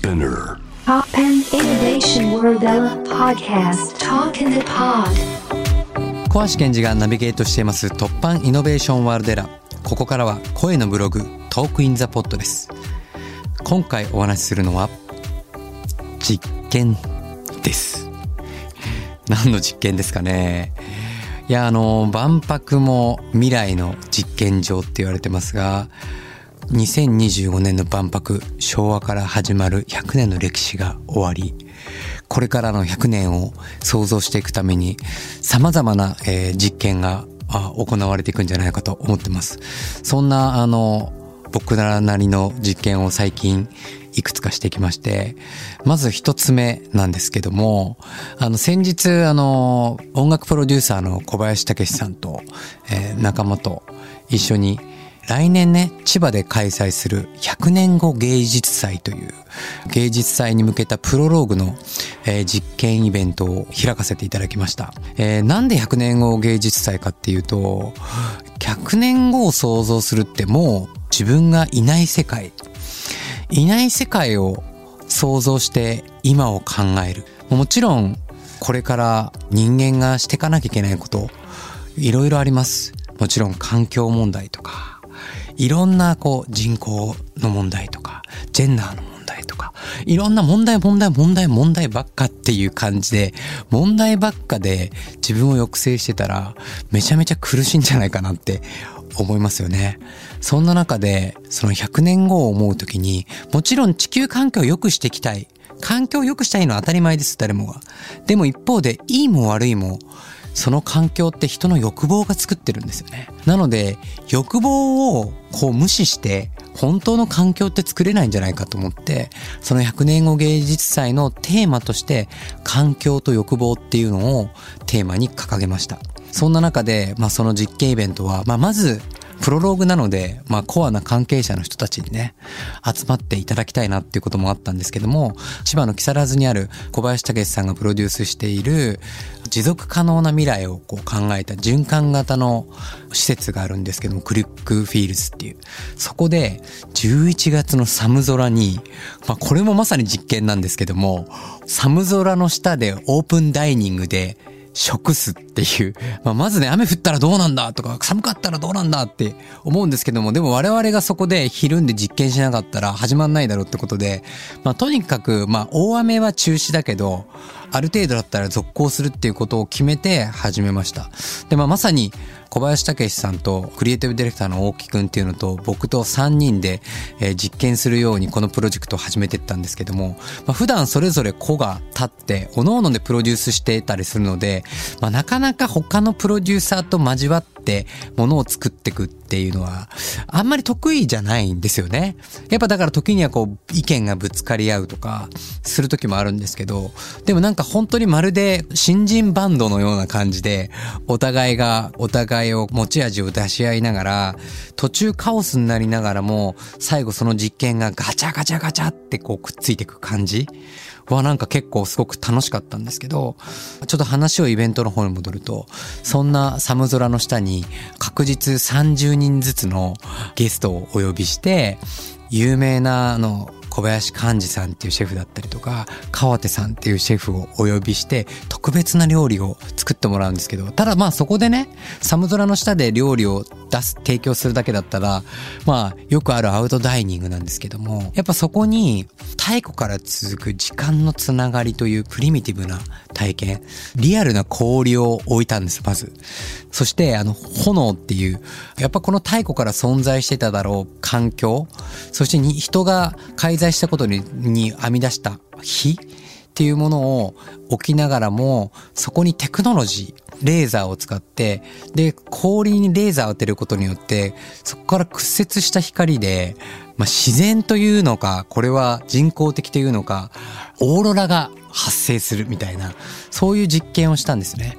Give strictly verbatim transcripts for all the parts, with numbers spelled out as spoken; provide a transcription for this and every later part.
Spinner Poppen Innovation World Ella Podcast Talk in the Pod 小橋健二がナビゲートしています突破イノベーションワールドエラ。ここからは声のブログトークインザポッドです。今回お話しするのは実験です。何の実験ですかね。いやあの万博も未来の実験場って言われてますが、にせんにじゅうごねんの万博、昭和から始まるひゃくねんの歴史が終わり、これからのひゃくねんを想像していくために様々な、えー、実験が行われていくんじゃないかと思ってます。そんなあの僕らなりの実験を最近いくつかしてきまして、まず一つ目なんですけども、あの先日あの音楽プロデューサーの小林武史さんと、えー、仲間と一緒に来年ね、千葉で開催するひゃくねんご芸術祭という芸術祭に向けたプロローグの、えー、実験イベントを開かせていただきました。えー、なんでひゃくねんご芸術祭かっていうと、ひゃくねんごを想像するってもう自分がいない世界、いない世界を想像して今を考える。もちろんこれから人間がしていかなきゃいけないこといろいろあります。もちろん環境問題とか、いろんなこう人口の問題とか、ジェンダーの問題とか、いろんな問題問題問題問題ばっかっていう感じで、問題ばっかで自分を抑制してたらめちゃめちゃ苦しいんじゃないかなって思いますよね。そんな中でそのひゃくねんごを思うときに、もちろん地球環境を良くしていきたい、環境を良くしたいのは当たり前です、誰もが。でも一方でいいも悪いもその環境って人の欲望が作ってるんですよね。なので欲望をこう無視して本当の環境って作れないんじゃないかと思って、そのひゃくねんご芸術祭のテーマとして環境と欲望っていうのをテーマに掲げました。そんな中で、まあ、その実験イベントは、まあ、まずプロローグなので、まあ、コアな関係者の人たちにね、集まっていただきたいなっていうこともあったんですけども、千葉の木更津にある小林武史さんがプロデュースしている持続可能な未来をこう考えた循環型の施設があるんですけども、クリックフィールズっていう。そこでじゅういちがつの寒空に、まあこれもまさに実験なんですけども、寒空の下でオープンダイニングで食すっていう、まあ、まずね、雨降ったらどうなんだとか寒かったらどうなんだって思うんですけども、でも我々がそこでひるんで実験しなかったら始まんないだろうってことで、まあとにかくまあ大雨は中止だけど、ある程度だったら続行するっていうことを決めて始めました。で、まあまさに小林武史さんとクリエイティブディレクターの大木くんっていうのと僕とさんにんで、えー、実験するようにこのプロジェクトを始めていったんですけども、まあ、普段それぞれ個が立って各々でプロデュースしてたりするので、まあ、なかなか他のプロデューサーと交わってものを作っていくっていうのはあんまり得意じゃないんですよね。やっぱだから時にはこう意見がぶつかり合うとかする時もあるんですけど、でもなんか本当にまるで新人バンドのような感じで、お互いがお互いを持ち味を出し合いながら、途中カオスになりながらも最後その実験がガチャガチャガチャってこうくっついていく感じはなんか結構すごく楽しかったんですけど、ちょっと話をイベントの方に戻ると、そんな寒空の下に確実さんじゅうにんずつのゲストをお呼びして、有名なあの小林寛治さんっていうシェフだったりとか、川手さんっていうシェフをお呼びして特別な料理を作ってもらうんですけど、ただまあそこでね、寒空の下で料理を出す提供するだけだったらまあよくあるアウトダイニングなんですけども、やっぱそこに太古から続く時間のつながりというプリミティブな体験、リアルな氷を置いたんです。まずそしてあの炎っていう、やっぱこの太古から存在してただろう環境、そしてに人が介在したことに、に編み出した火っていうものを置きながらも、そこにテクノロジー、レーザーを使って、で氷にレーザーを当てることによってそこから屈折した光で、まあ、自然というのかこれは人工的というのかオーロラが発生するみたいな、そういう実験をしたんですね。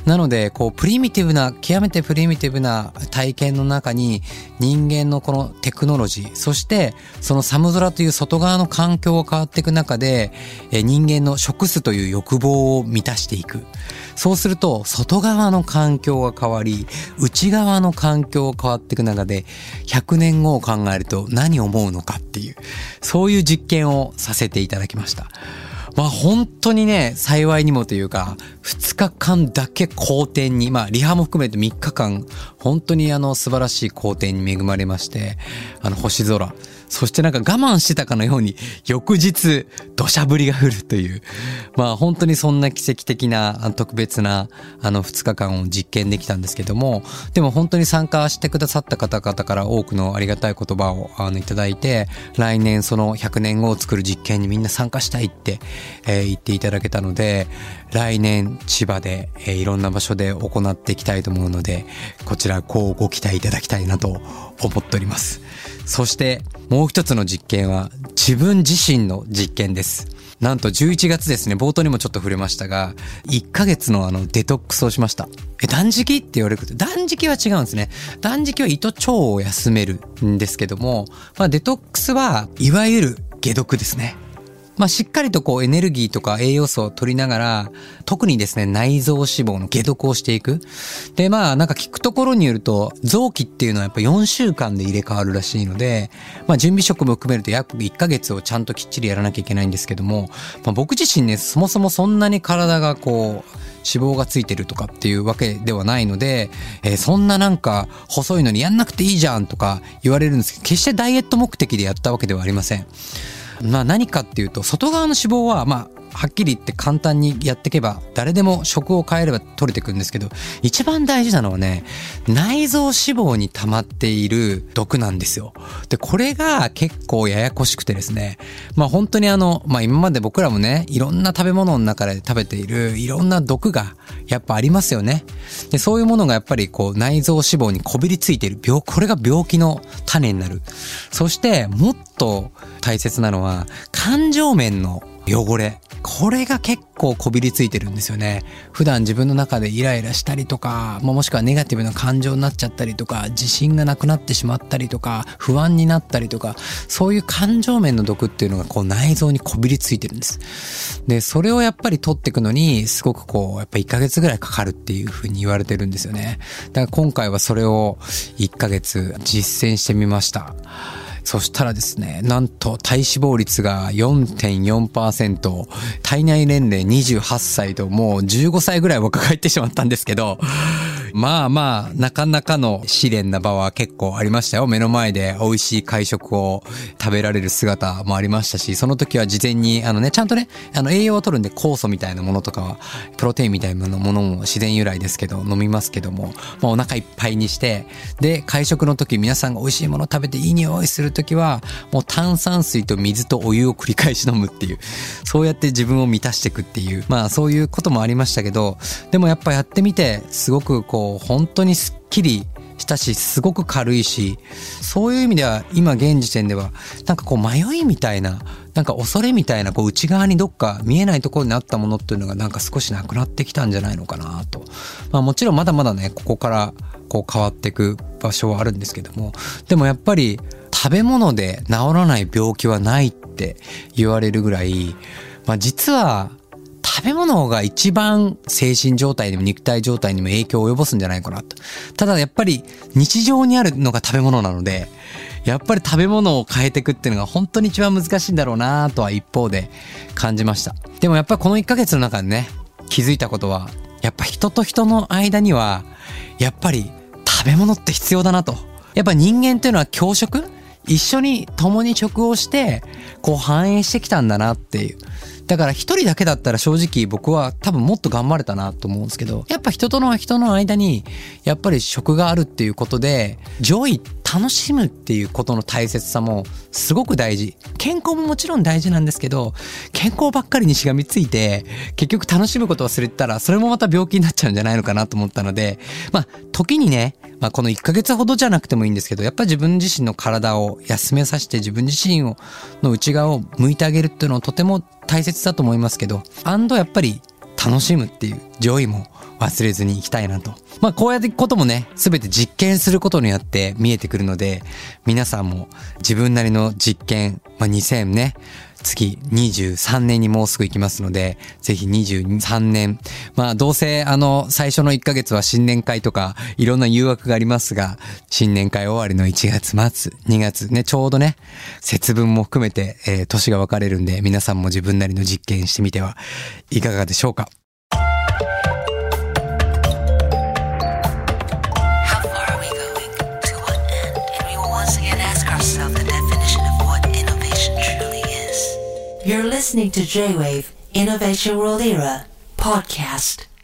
なので、こう、プリミティブな、極めてプリミティブな体験の中に、人間のこのテクノロジー、そしてその寒空という外側の環境が変わっていく中で、え人間の食すという欲望を満たしていく。そうすると、外側の環境が変わり、内側の環境が変わっていく中で、ひゃくねんごを考えると何を思うのかっていう、そういう実験をさせていただきました。まあ本当にね、幸いにもというか、ふつかかんだけ好天に、まあリハも含めてみっかかん、本当にあの素晴らしい好天に恵まれまして、あの星空、そしてなんか我慢してたかのように、翌日、土砂降りが降るという、まあ本当にそんな奇跡的な、特別な、あのふつかかんを実験できたんですけども、でも本当に参加してくださった方々から多くのありがたい言葉をあのいただいて、来年そのひゃくねんごを作る実験にみんな参加したいって、えー、言っていただけたので、来年千葉で、えー、いろんな場所で行っていきたいと思うので、こちらこうご期待いただきたいなと思っております。そしてもう一つの実験は自分自身の実験です。なんとじゅういちがつですね、冒頭にもちょっと触れましたが、いっかげつのあのデトックスをしました。え、断食って言われるけど、断食は違うんですね。断食は胃と腸を休めるんですけども、まあデトックスはいわゆる解毒ですね。まあしっかりとこうエネルギーとか栄養素を取りながら、特にですね、内臓脂肪の解毒をしていく。で、まあなんか聞くところによると、臓器っていうのはやっぱよんしゅうかんで入れ替わるらしいので、まあ準備食も含めると約いっかげつをちゃんときっちりやらなきゃいけないんですけども、まあ僕自身ね、そもそもそんなに体がこう、脂肪がついてるとかっていうわけではないので、えー、そんななんか細いのにやんなくていいじゃんとか言われるんですけど、決してダイエット目的でやったわけではありません。まあ何かっていうと、外側の脂肪はまあはっきり言って簡単にやっていけば誰でも食を変えれば取れてくるんですけど、一番大事なのはね、内臓脂肪に溜まっている毒なんですよ。で、これが結構ややこしくてですね、まあ本当にあの、まあ今まで僕らもね、いろんな食べ物の中で食べているいろんな毒がやっぱありますよね。で、そういうものがやっぱりこう内臓脂肪にこびりついている病、これが病気の種になる。そしてもっと大切なのは感情面の汚れ。これが結構こびりついてるんですよね。普段自分の中でイライラしたりとか、もしくはネガティブな感情になっちゃったりとか、自信がなくなってしまったりとか、不安になったりとか、そういう感情面の毒っていうのがこう内臓にこびりついてるんです。で、それをやっぱり取っていくのにすごくこうやっぱいっかげつぐらいかかるっていう風に言われてるんですよね。だから今回はそれをいっかげつ実践してみました。そしたらですね、なんと体脂肪率が よんてんよんパーセント、体内年齢にじゅうはっさいともうじゅうごさいぐらい若返ってしまったんですけど、まあまあ、なかなかの試練な場は結構ありましたよ。目の前で美味しい会食を食べられる姿もありましたし、その時は事前に、あのね、ちゃんとね、あの栄養を取るんで酵素みたいなものとかは、プロテインみたいなものも自然由来ですけど、飲みますけども、まあ、お腹いっぱいにして、で、会食の時皆さんが美味しいものを食べていい匂いする時は、もう炭酸水と水とお湯を繰り返し飲むっていう、そうやって自分を満たしていくっていう、まあそういうこともありましたけど、でもやっぱやってみて、すごくこう、本当にスッキリしたし、すごく軽いし、そういう意味では今現時点ではなんかこう迷いみたいな、なんか恐れみたいなこう内側にどっか見えないところにあったものっていうのがなんか少しなくなってきたんじゃないのかなと。まあもちろんまだまだね、ここからこう変わっていく場所はあるんですけども、でもやっぱり食べ物で治らない病気はないって言われるぐらい、まあ実は食べ物が一番精神状態にも肉体状態にも影響を及ぼすんじゃないかなと。ただやっぱり日常にあるのが食べ物なので、やっぱり食べ物を変えていくっていうのが本当に一番難しいんだろうなとは一方で感じました。でもやっぱりこのいっかげつの中でね、気づいたことは、やっぱ人と人の間にはやっぱり食べ物って必要だなと。やっぱ人間っていうのは共食、一緒に共に食をしてこう繁栄してきたんだなっていう。だから一人だけだったら正直僕は多分もっと頑張れたなと思うんですけど、やっぱ人との人の間にやっぱり食があるっていうことで、ジョイ、楽しむっていうことの大切さもすごく大事。健康ももちろん大事なんですけど、健康ばっかりにしがみついて結局楽しむことを忘れてたら、それもまた病気になっちゃうんじゃないのかなと思ったので、まあ時にね、まあこのいっかげつほどじゃなくてもいいんですけど、やっぱり自分自身の体を休めさせて自分自身をの内側を向いてあげるっていうのはとても大切だと思いますけど、アンドやっぱり楽しむっていうジョイも忘れずにいきたいなと。まあこうやってこともね、すべて実験することによって見えてくるので、皆さんも自分なりの実験、まあにせんね、次にじゅうさんねんにもうすぐ行きますので、ぜひにじゅうさんねん、まあどうせあの最初のいっかげつは新年会とかいろんな誘惑がありますが、新年会終わりのいちがつ末、にがつね、ちょうどね、節分も含めて、えー、年が分かれるんで、皆さんも自分なりの実験してみてはいかがでしょうか。 You're listening to J-Wave Innovation World Era podcast.